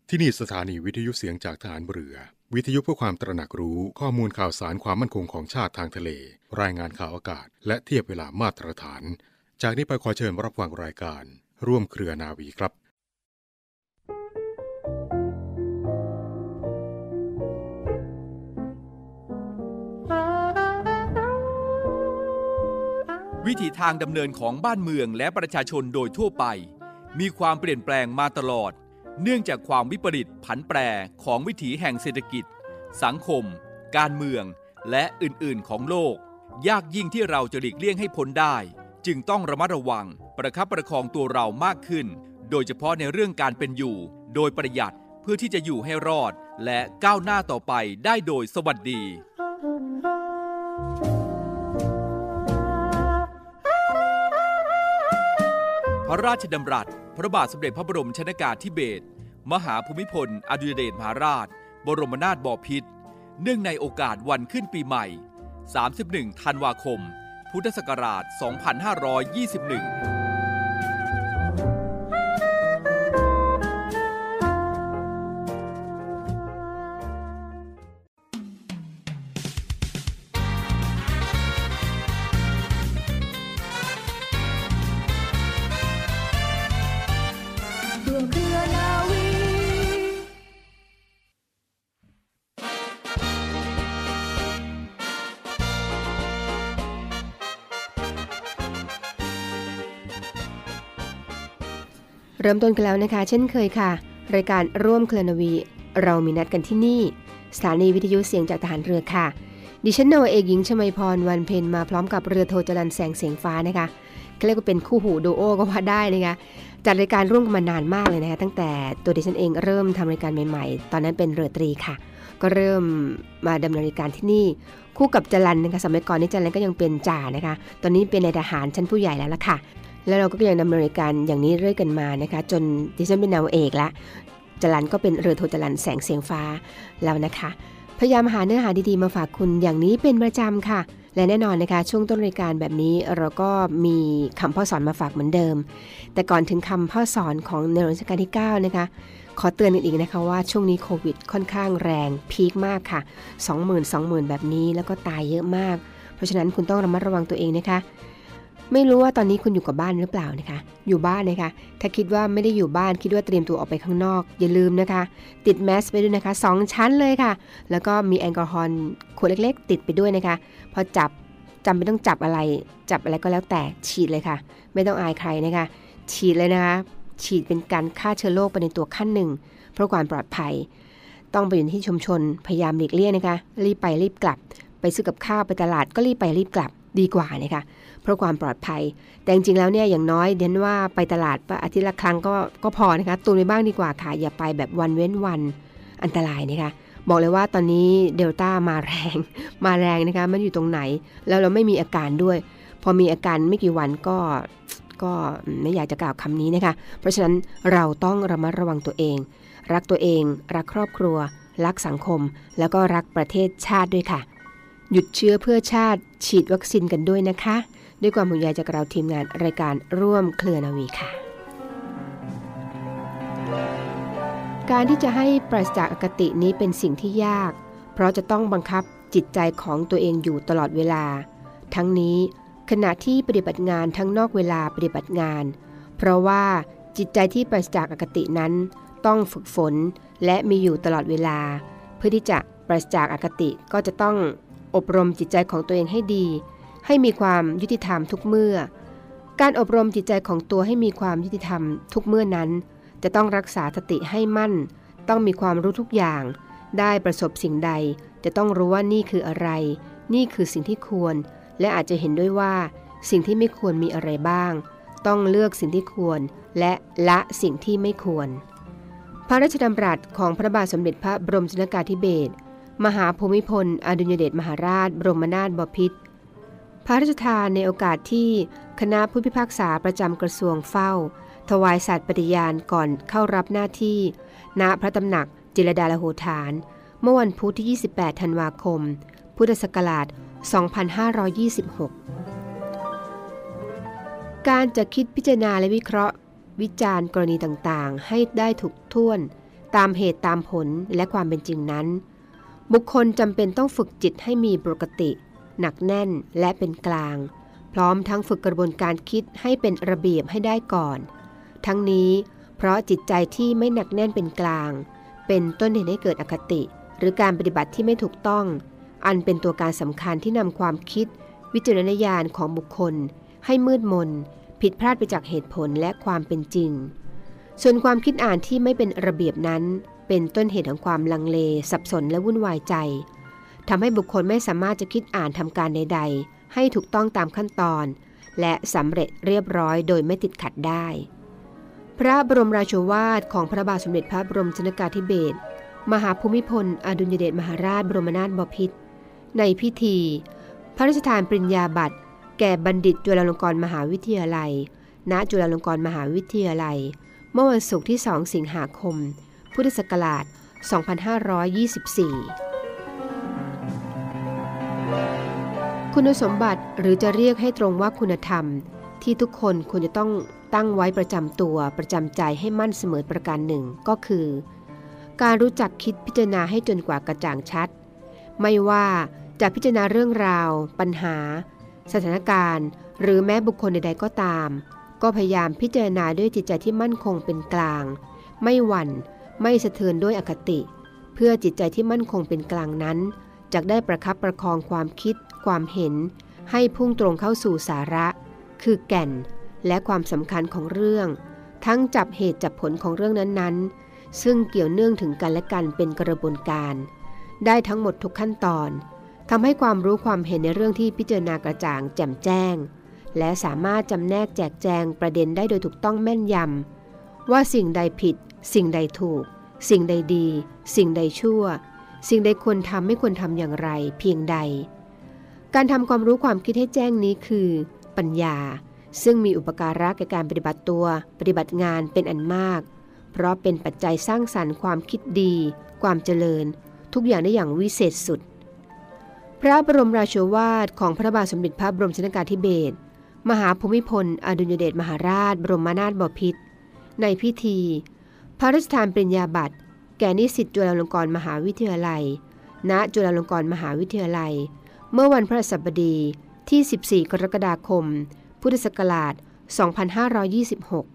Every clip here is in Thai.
ที่นี่สถานีวิทยุเสียงจากทหารเรือวิทยุเพื่อความตระหนักรู้ข้อมูลข่าวสารความมั่นคงของชาติทางทะเลรายงานข่าวอากาศและเทียบเวลามาตรฐานจากนี้ไปขอเชิญรับฟังรายการร่วมเครือนาวีครับวิถีทางดำเนินของบ้านเมืองและประชาชนโดยทั่วไปมีความเปลี่ยนแปลงมาตลอดเนื่องจากความวิปริตผันแปรของวิถีแห่งเศรษฐกิจสังคมการเมืองและอื่นๆของโลกยากยิ่งที่เราจะหลีกเลี่ยงให้พ้นได้จึงต้องระมัดระวังประคับประคองตัวเรามากขึ้นโดยเฉพาะในเรื่องการเป็นอยู่โดยประหยัดเพื่อที่จะอยู่ให้รอดและก้าวหน้าต่อไปได้โดยสวัสดีพระราชดำรัสพระบาทสมเด็จพระบรมชนกาธิเบศรมหาภูมิพลอดุลยเดชมหาราชบรมนาถบพิตรเนื่องในโอกาสวันขึ้นปีใหม่31ธันวาคมพุทธศักราช2521 เริ่มต้นกันแล้วนะคะเช่นเคยค่ะรายการร่วมเครือนาวีเรามีนัดกันที่นี่สถานีวิทยุเสียงจากทหารเรือค่ะดิฉันนาวาเอกหญิงชมัยพรวันเพ็ญมาพร้อมกับเรือโทจรัญแสงเสียงฟ้านะคะเขาเรียกว่าเป็นคู่หูดูโอก็ว่าได้นะคะจัดรายการร่วมกันมานานมากเลยนะคะตั้งแต่ตัวดิฉันเองเริ่มทำรายการใหม่ๆตอนนั้นเป็นเรือตรีค่ะก็เริ่มมาดำเนินรายการที่นี่คู่กับจรัญนะคะสมัยก่อนนี่จรัญก็ยังเป็นจ่านะคะตอนนี้เป็นนายทหารชั้นผู้ใหญ่แล้วล่ะค่ะแล้วเราก็ยังดำเนินรายการอย่างนี้เรื่อยกันมานะคะจนดิฉันเป็นนาวาเอกละจรัญก็เป็นเรือโทจรัญแสงเสียงฟ้าแล้วนะคะพยายามหาเนื้อหาดีๆมาฝากคุณอย่างนี้เป็นประจำค่ะและแน่นอนนะคะช่วงต้นรายการแบบนี้เราก็มีคำพ่อสอนมาฝากเหมือนเดิมแต่ก่อนถึงคำพ่อสอนของในรัชกาลที่9นะคะขอเตือนอีกนะคะว่าช่วงนี้โควิดค่อนข้างแรงพีคมากค่ะ 20,000 แบบนี้แล้วก็ตายเยอะมากเพราะฉะนั้นคุณต้องระมัดระวังตัวเองนะคะไม่รู้ว่าตอนนี้คุณอยู่กับบ้านหรือเปล่านะคะอยู่บ้านนะคะถ้าคิดว่าไม่ได้อยู่บ้านคิดว่าเตรียมตัวออกไปข้างนอกอย่าลืมนะคะติดแมสไปด้วยนะคะ2ชั้นเลยค่ะแล้วก็มีแอลกอฮอล์ขวดเล็กๆติดไปด้วยนะคะพอจำเป็นต้องจับอะไรก็แล้วแต่ฉีดเลยค่ะไม่ต้องอายใครนะคะฉีดเลยนะคะฉีดเป็นการฆ่าเชื้อโรคไปในตัวขั้นหนึ่งเพื่อความปลอดภัยต้องไปอยู่ที่ชุมชนพยายามหลีกเลี่ยงนะคะรีบไปรีบกลับไปซื้อกับข้าวไปตลาดก็รีบไปรีบกลับดีกว่านะคะเพื่อความปลอดภัยแต่จริงๆแล้วเนี่ยอย่างน้อยเดนว่าไปตลาดอาทิตย์ละครั้งก็พอนะคะตุนไว้บ้างดีกว่าค่ะอย่าไปแบบวันเว้นวันอันตรายนะคะบอกเลยว่าตอนนี้เดลต้ามาแรงนะคะมันอยู่ตรงไหนแล้วเราไม่มีอาการด้วยพอมีอาการไม่กี่วันก็ไม่อยากจะกล่าวคำนี้นะคะเพราะฉะนั้นเราต้องระมัดระวังตัวเองรักตัวเองรักครอบครัวรักสังคมแล้วก็รักประเทศชาติด้วยค่ะหยุดเชื้อเพื่อชาติฉีดวัคซีนกันด้วยนะคะด้วยความห่วงใยจากเราทีมงานรายการร่วมเครือนาวีค่ะการที่จะให้ปราศจากอคตินี้เป็นสิ่งที่ยากเพราะจะต้องบังคับจิตใจของตัวเองอยู่ตลอดเวลาทั้งนี้ขณะที่ปฏิบัติงานทั้งนอกเวลาปฏิบัติงานเพราะว่าจิตใจที่ปราศจากอคตินั้นต้องฝึกฝนและมีอยู่ตลอดเวลาเพื่อที่จะปราศจากอคติก็จะต้องอบรมจิตใจของตัวเองให้ดีให้มีความยุติธรรมทุกเมื่อการอบรมจิตใจของตัวให้มีความยุติธรรมทุกเมื่อนั้นจะต้องรักษาสติให้มั่นต้องมีความรู้ทุกอย่างได้ประสบสิ่งใดจะต้องรู้ว่านี่คืออะไรนี่คือสิ่งที่ควรและอาจจะเห็นด้วยว่าสิ่งที่ไม่ควรมีอะไรบ้างต้องเลือกสิ่งที่ควรและละสิ่งที่ไม่ควรพระราชดำรัสของพระบาทสมเด็จพระบรมชนกาธิเบศรมหาภูมิพลอดุลยเดชมหาราชบรมนาถบพิตรพระราชทานในโอกาสที่คณะผู้พิพากษาประจำกระทรวงเฝ้าถวายสัตย์ปฏิญาณก่อนเข้ารับหน้าที่ณพระตำหนักจิรดาลโหฐานเมื่อวันพุธที่28ธันวาคมพุทธศักราช2526การจะคิดพิจารณาและวิเคราะห์วิจารณ์กรณีต่างๆให้ได้ถูกถ้วนตามเหตุตามผลและความเป็นจริงนั้นบุคคลจำเป็นต้องฝึกจิตให้มีปกติหนักแน่นและเป็นกลางพร้อมทั้งฝึกกระบวนการคิดให้เป็นระเบียบให้ได้ก่อนทั้งนี้เพราะจิตใจที่ไม่หนักแน่นเป็นกลางเป็นต้นเหตุให้เกิดอคติหรือการปฏิบัติที่ไม่ถูกต้องอันเป็นตัวการสำคัญที่นำความคิดวิจารณญาณของบุคคลให้มืดมนผิดพลาดไปจากเหตุผลและความเป็นจริงส่วนความคิดอ่านที่ไม่เป็นระเบียบนั้นเป็นต้นเหตุของความลังเลสับสนและวุ่นวายใจทำให้บุคคลไม่สามารถจะคิดอ่านทำการใดๆให้ถูกต้องตามขั้นตอนและสำเร็จเรียบร้อยโดยไม่ติดขัดได้พระบรมราโชวาทของพระบาทสมเด็จพระบรมชนกาธิเบศรมหาภูมิพลอดุลยเดชมหาราชบรมนาถบพิตรในพิธีพระราชทานปริญญาบัตรแก่บัณฑิตจุฬาลงกรณ์มหาวิทยาลัยณจุฬาลงกรณ์มหาวิทยาลัยเมื่อวันศุกร์ที่ 2 สิงหาคม พุทธศักราช 2524 คุณสมบัติหรือจะเรียกให้ตรงว่าคุณธรรมที่ทุกคนควรจะต้องตั้งไว้ประจำตัวประจำใจให้มั่นเสมอประการหนึ่งก็คือการรู้จักคิดพิจารณาให้จนกว่ากระจ่างชัดไม่ว่าจะพิจารณาเรื่องราวปัญหาสถานการณ์หรือแม้บุคคลใดๆก็ตามก็พยายามพิจารณาด้วยจิตใจที่มั่นคงเป็นกลางไม่หวั่นไม่สะเทือนด้วยอคติเพื่อจิตใจที่มั่นคงเป็นกลางนั้นจะได้ประคับประคองความคิดความเห็นให้พุ่งตรงเข้าสู่สาระคือแก่นและความสำคัญของเรื่องทั้งจับเหตุจับผลของเรื่องนั้นๆซึ่งเกี่ยวเนื่องถึงกันและกันเป็นกระบวนการได้ทั้งหมดทุกขั้นตอนทำให้ความรู้ความเห็นในเรื่องที่พิจารณากระจ่างแจ่มแจ้งและสามารถจำแนกแจกแจงประเด็นได้โดยถูกต้องแม่นยำว่าสิ่งใดผิดสิ่งใดถูกสิ่งใดดีสิ่งใดชั่วสิ่งใดควรทำไม่ควรทำอย่างไรเพียงใดการทำความรู้ความคิดให้แจ้งนี้คือปัญญาซึ่งมีอุปการะแก่การปฏิบัติตัวปฏิบัติงานเป็นอันมากเพราะเป็นปัจจัยสร้างสรรค์ความคิดดีความเจริญทุกอย่างได้อย่างวิเศษสุดพระบรมราโชวาทของพระบาทสมเด็จพระบรมชนกาธิเบศรมหาภูมิพลอดุลยเดชมหาราชบรมนาถบพิตรในพิธีพระราชทานปริญญาบัตรแก่นิสิตจุฬาลงกรณ์มหาวิทยาลัยณจุฬาลงกรณ์มหาวิทยาลัยเมื่อวันพฤหัสบดีที่ 14 กรกฎาคม พุทธศักราช 2526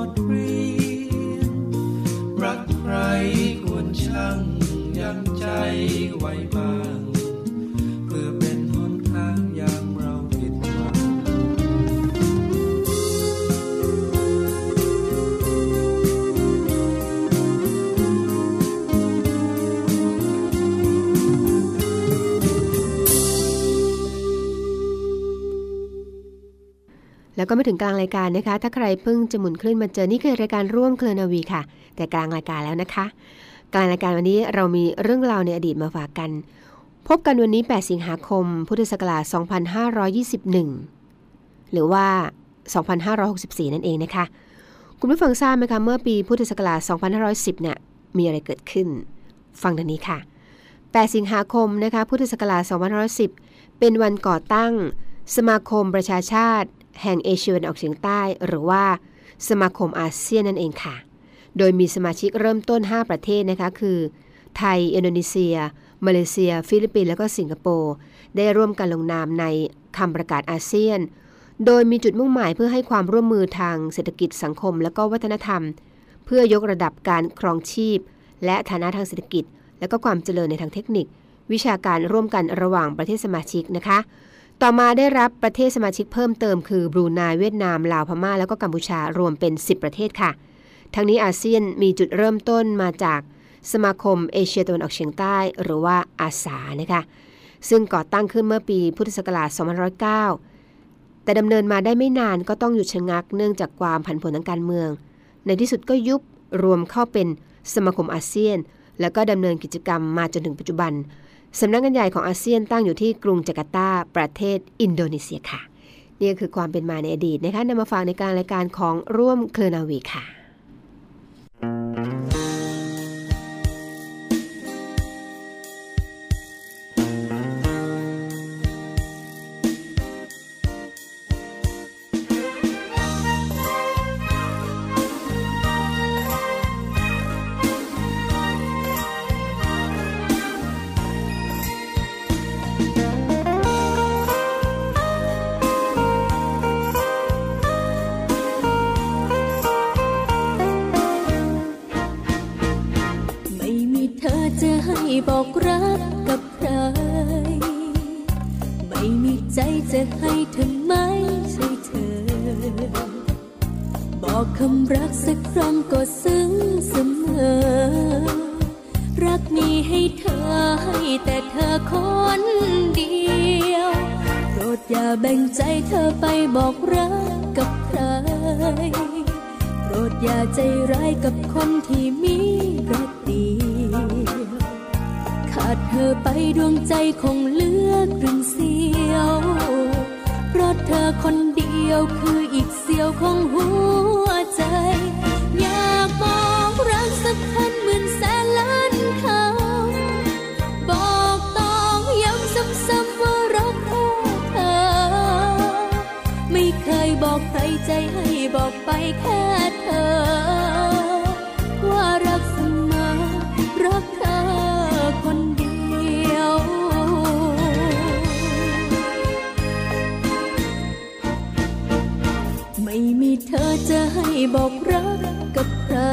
ดเรียนรักใครควรชั่งยังใจไว้บ้างเพื่อเป็นหนทางยามเราผิดหวังแล้วก็มาถึงกลางรายการนะคะถ้าใครเพิ่งจะหมุนคลื่นมาเจอนี่คือรายการร่วมเครือนาวีค่ะแต่กลางรายการแล้วนะคะกลางรายการวันนี้เรามีเรื่องราวในอดีตมาฝากกันพบกันวันนี้8สิงหาคมพุทธศักราช2521หรือว่า2564นั่นเองนะคะคุณผู้ฟังทราบไหมคะเมื่อปีพุทธศักราช2510เนี่ยมีอะไรเกิดขึ้นฟังดังนี้ค่ะ8สิงหาคมนะคะพุทธศักราช2510เป็นวันก่อตั้งสมาคมประชาชาติแห่งเอเชียตะวันออกเฉียงใต้หรือว่าสมาคมอาเซียนนั่นเองค่ะโดยมีสมาชิกเริ่มต้น5ประเทศนะคะคือไทยอินโดนีเซียมาเลเซียฟิลิปปินส์และก็สิงคโปร์ได้ร่วมกันลงนามในคำประกาศอาเซียนโดยมีจุดมุ่งหมายเพื่อให้ความร่วมมือทางเศรษฐกิจสังคมและก็วัฒนธรรมเพื่อยกระดับการครองชีพและฐานะทางเศรษฐกิจและก็ความเจริญในทางเทคนิควิชาการร่วมกันระหว่างประเทศสมาชิกนะคะต่อมาได้รับประเทศสมาชิกเพิ่มเติมคือบรูไนเวียดนามลาวพม่าแล้วก็กัมพูชารวมเป็น10ประเทศค่ะทั้งนี้อาเซียนมีจุดเริ่มต้นมาจากสมาคมเอเชียตะวันออกเฉียงใต้หรือว่าอาซานะคะซึ่งก่อตั้งขึ้นเมื่อปีพุทธศักราช2509แต่ดำเนินมาได้ไม่นานก็ต้องหยุดชะงักเนื่องจากความผันผวนทางการเมืองในที่สุดก็ยุบรวมเข้าเป็นสมาคมอาเซียนแล้วก็ดำเนินกิจกรรมมาจนถึงปัจจุบันสำนักงานใหญ่ของอาเซียนตั้งอยู่ที่กรุงจาการ์ตาประเทศอินโดนีเซียค่ะนี่คือความเป็นมาในอดีตนะคะนำมาฝากในการรายการของร่วมเครือนาวีค่ะบอกรักกับใครไม่มีใจจะให้เธอไม่ใช่เธอบอกคำรักสักครั้งก็ซึ้งเสมอรักมีให้เธอให้แต่เธอคนเดียวโปรดอย่าแบ่งใจเธอไปบอกรักกับใครโปรดอย่าใจร้ายกับคนที่มีรักเดียวขาดเธอไปดวงใจคงเหลือครึ่งเสียวเพราะเธอคนเดียวคืออีกเสี้ยวของหัวใจอยากบอกรักสักพันหมื่นแสนล้านคำบอกต้องย้ำซ้ำๆว่ารักแค่เธอไม่เคยบอกใครใจให้บอกไปแค่เธอว่ารักเสมอรักเธอคนเดียวไม่มีเธอจะให้บอกรักกับใคร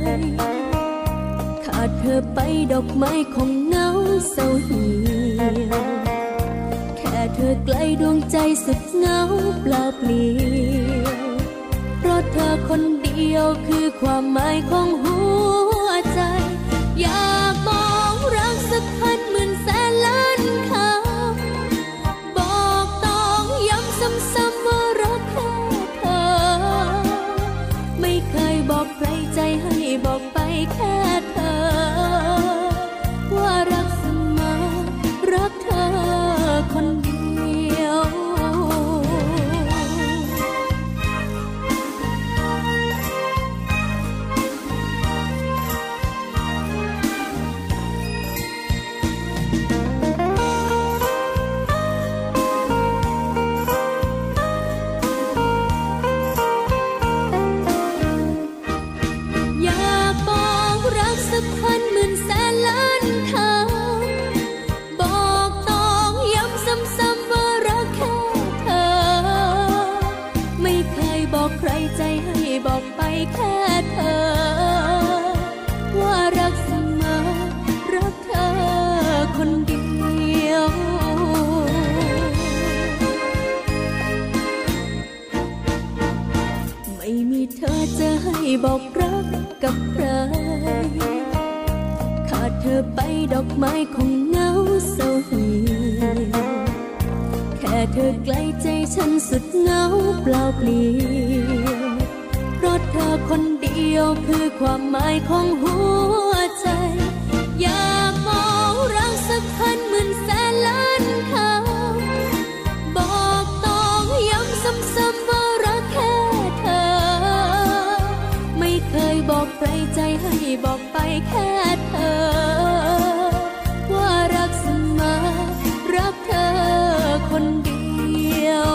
ขาดเธอไปดอกไม้คงเหงาเศร้าเหี่ยวแค่เธอไกลดวงใจสุดเหงาเปล่าเปลี่ยวเพราะเธอคนเดียวคือความหมายของหัวใจอยากบอกรักสักพันหมื่นแสนล้านคำบอกต้องย้ำซ้ำๆว่ารักแค่เธอไม่เคยบอกใครใจให้บอกไปแค่เธอว่ารักเสมอรักเธอคนเดียวอยบอกรักกับใครขาดเธอไปดอกไม้คงเหงาเศร้าเหี่ยวแค่เธอใกล้ใจฉันสุดเหงาเปล่าเปลี่ยวเพราะเธอคนเดียวคือความหมายของหัวใจอยากมองรักสักพันหมื่นแสนล้านคำบอกต้องย้ำซ้ำๆว่ารักแค่เธอไม่เคยบอกใครใจให้บอกไปแค่เธอว่ารักเสมอรักเธอคนเดียว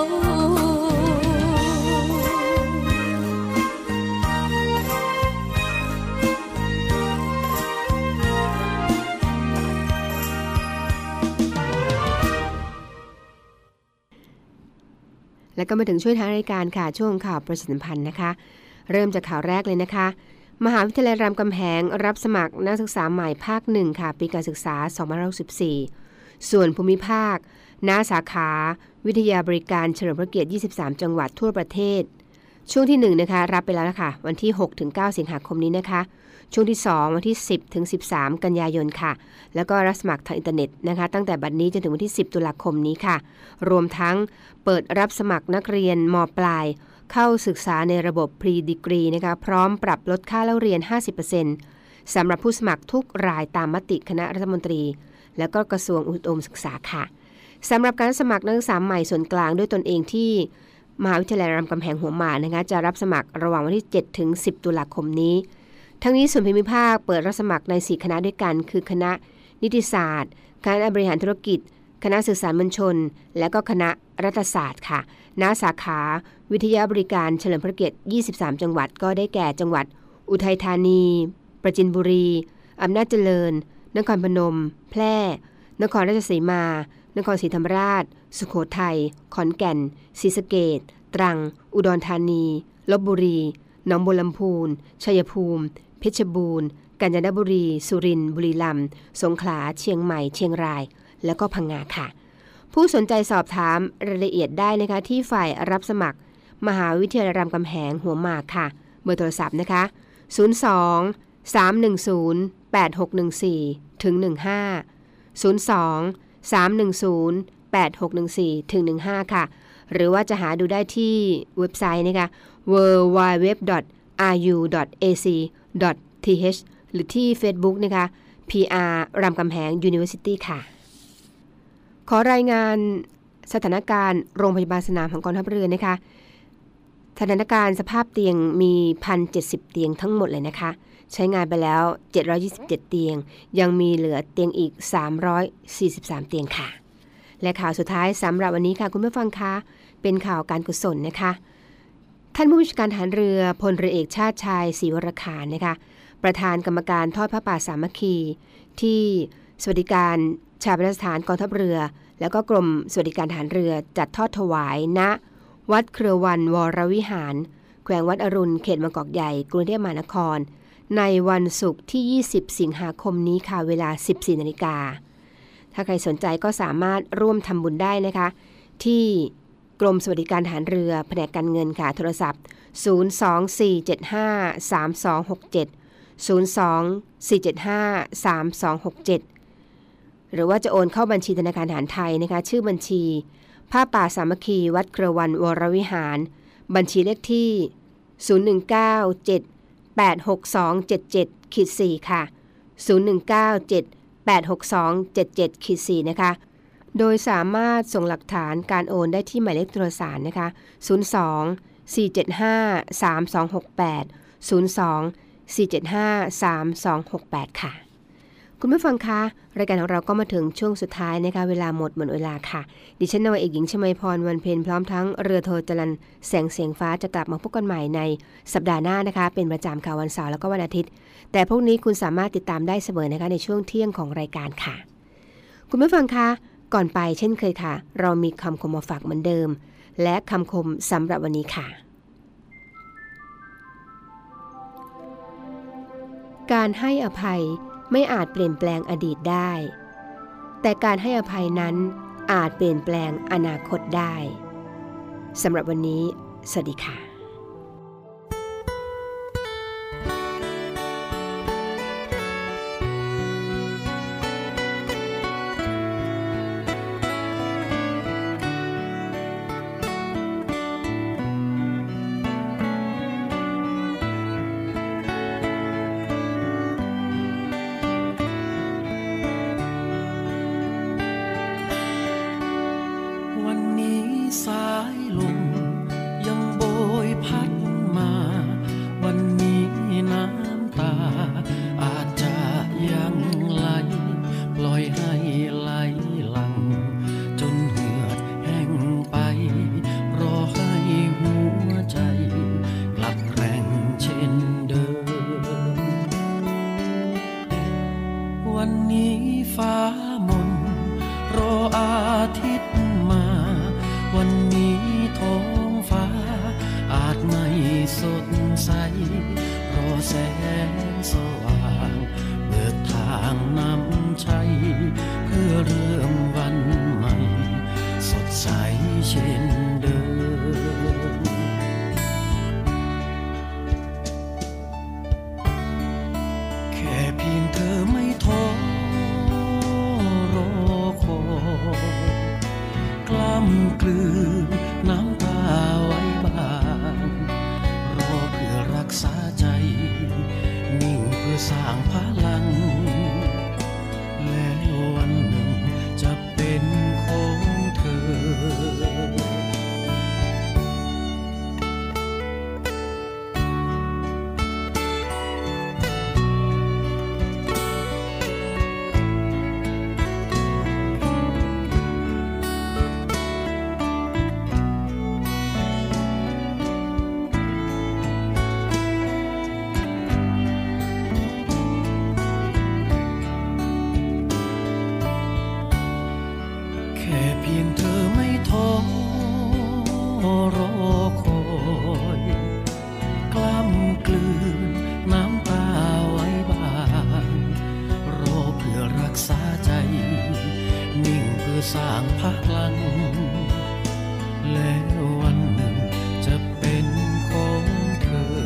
แล้วก็มาถึงช่วงท้ายรายการค่ะช่วงข่าวประชาสัมพันธ์นะคะเริ่มจากข่าวแรกเลยนะคะมหาวิทยาลัยรามคำแหงรับสมัครนักศึกษาใหม่ภาค1ค่ะปีการศึกษา2564ส่วนภูมิภาคณสาขาวิทยาบริการเฉลิมพระเกียรติ23จังหวัดทั่วประเทศช่วงที่1นะคะรับไปแล้วนะคะวันที่ 6-9 สิงหาคมนี้นะคะช่วงที่2วันที่ 10-13 กันยายนค่ะแล้วก็รับสมัครทางอินเทอร์เน็ตนะคะตั้งแต่บัดนี้จนถึงวันที่10ตุลาคมนี้ค่ะรวมทั้งเปิดรับสมัครนักเรียนม.ปลายเข้าศึกษาในระบบ Pre-Degree นะคะพร้อมปรับลดค่าเล่าเรียน 50% สำหรับผู้สมัครทุกรายตามมติคณะรัฐมนตรีและก็กระทรวงอุดมศึกษาค่ะสำหรับการสมัครนักศึกษาใหม่ส่วนกลางด้วยตนเองที่มหาวิทยาลัยรามคำแหงหัวหมากนะคะจะรับสมัครระหว่างวันที่ 7-10 ตุลาคมนี้ทั้งนี้ส่วนภูมิภาคเปิดรับสมัครใน4คณะด้วยกันคือคณะนิติศาสตร์คณะบริหารธุรกิจคณะสื่อสารมวลชนและก็คณะรัฐศาสตร์ค่ะณสาขาวิทยาบริการเฉลิมพระเกียรติ23จังหวัดก็ได้แก่จังหวัดอุทัยธานีประจินบุรีอำนาจเจริญนครพนมแพร่นครราชสีมานครศรีธรรมราชสุโขทัยขอนแก่นศรีสะเกษตรังอุดรธานีลพบุรีหนองบัวลำพูชัยภูมิเพชรบูรณ์กาญจนบุรีสุรินทร์บุรีรัมย์สงขลาเชียงใหม่เชียงรายและก็พังงาค่ะผู้สนใจสอบถามรายละเอียดได้นะคะที่ฝ่ายรับสมัครมหาวิทยาลัยรามคำแหงหัวหมากค่ะเบอร์โทรศัพท์นะคะ02-310-8614 ถึง 15 02-310-8614 ถึง 15 ค่ะหรือว่าจะหาดูได้ที่เว็บไซต์นะคะ www.ru.ac.th หรือที่ Facebook นะคะ PR รามคำแหง University ค่ะขอรายงานสถานการณ์โรงพยาบาลสนามของกองทัพเรือนะคะสถานการณ์สภาพเตียงมี 1,070 เตียงทั้งหมดเลยนะคะใช้งานไปแล้ว727เตียงยังมีเหลือเตียงอีก343เตียงค่ะและข่าวสุดท้ายสำหรับวันนี้ค่ะคุณผู้ฟังคะเป็นข่าวการกุศลนะคะท่านผู้บัญชาการทหารเรือพลเรือเอกชาติชายศรีวรขานนะคะประธานกรรมการทอดผ้าป่าสามัคคีที่สวัสดิการชาปนสถานกองทัพเรือแล้วก็กรมสวัสดิการทหารเรือจัดทอดถวายณวัดเครือวันวรวิหารแขวงวัดอรุณเขตบางกอกใหญ่กรุงเทพมหานครในวันศุกร์ที่20สิงหาคมนี้ค่ะเวลา 14:00 น.ถ้าใครสนใจก็สามารถร่วมทำบุญได้นะคะที่กรมสวัสดิการทหารเรือแผนกการเงินค่ะโทรศัพท์024753267 หรือว่าจะโอนเข้าบัญชีธนาคารทหารไทยนะคะชื่อบัญชีผ้าป่าสามัคคีวัดเครือวันวรวิหารบัญชีเลขที่0197862277-4 ค่ะ0197862277-4 นะคะโดยสามารถส่งหลักฐานการโอนได้ที่หมายเลขโทรศัพท์นะคะ02-475-3268 ค่ะคุณผู้ฟังคะรายการของเราก็มาถึงช่วงสุดท้ายนะคะเวลาหมดเวลาค่ะดิฉันนวเอกหญิงชมาพรวันเพ็ญพร้อมทั้งเรือโทจรัญแสงเสียงฟ้าจะกลับมาพบกันใหม่ในสัปดาห์หน้านะคะเป็นประจำค่ะวันเสาร์แล้วก็วันอาทิตย์แต่พวกนี้คุณสามารถติดตามได้เสมอนะคะในช่วงเที่ยงของรายการค่ะคุณผู้ฟังคะก่อนไปเช่นเคยค่ะเรามีคำคมมาฝากเหมือนเดิมและคำคมสำหรับวันนี้ค่ะการให้อภัยไม่อาจเปลี่ยนแปลงอดีตได้แต่การให้อภัยนั้นอาจเปลี่ยนแปลงอนาคตได้สำหรับวันนี้สวัสดีค่ะแสงสว่างเปิดทางนำชัยเพื่อเริ่มวันใหม่สดใสเช่นเดิมแค่เพียงเธอไม่ท้อรอคอยกล้ำกลืนน้ำตาไว้บ้างรอเพื่อรักษาใจนิ่งเพื่อสร้างพลังแล้ววันหนึ่งจะเป็นของเธอสร้างพลังแล้ววันหนึ่งจะเป็นของเธอ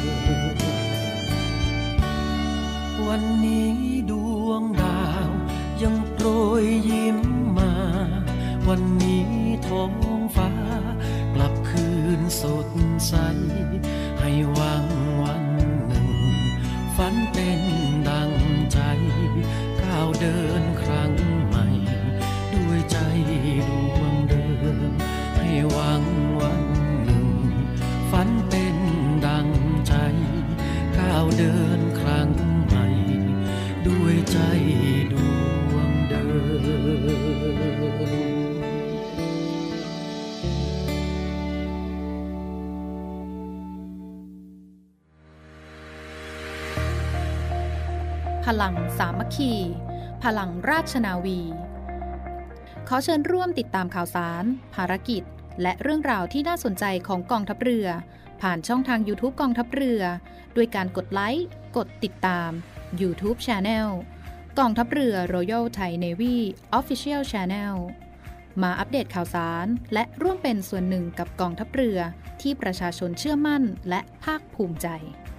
วันนี้ดวงดาวยังโปรยยิ้มมาวันนี้ท้องฟ้ากลับคืนสดใสให้หวังวันหนึ่งฝันเป็นดังใจก้าวเดินครั้งใหม่ด้วยใจดวงเดิมให้หวังวันหนึ่งฝันเป็นดังใจก้าวเดินครั้งใหม่ด้วยใจดวงเดิมพลังสามัคคีพลังราชนาวีขอเชิญร่วมติดตามข่าวสารภารกิจและเรื่องราวที่น่าสนใจของกองทัพเรือผ่านช่องทาง YouTube กองทัพเรือด้วยการกดไลค์กดติดตาม YouTube Channel กองทัพเรือ Royal Thai Navy Official Channel มาอัปเดตข่าวสารและร่วมเป็นส่วนหนึ่งกับกองทัพเรือที่ประชาชนเชื่อมั่นและภาคภูมิใจ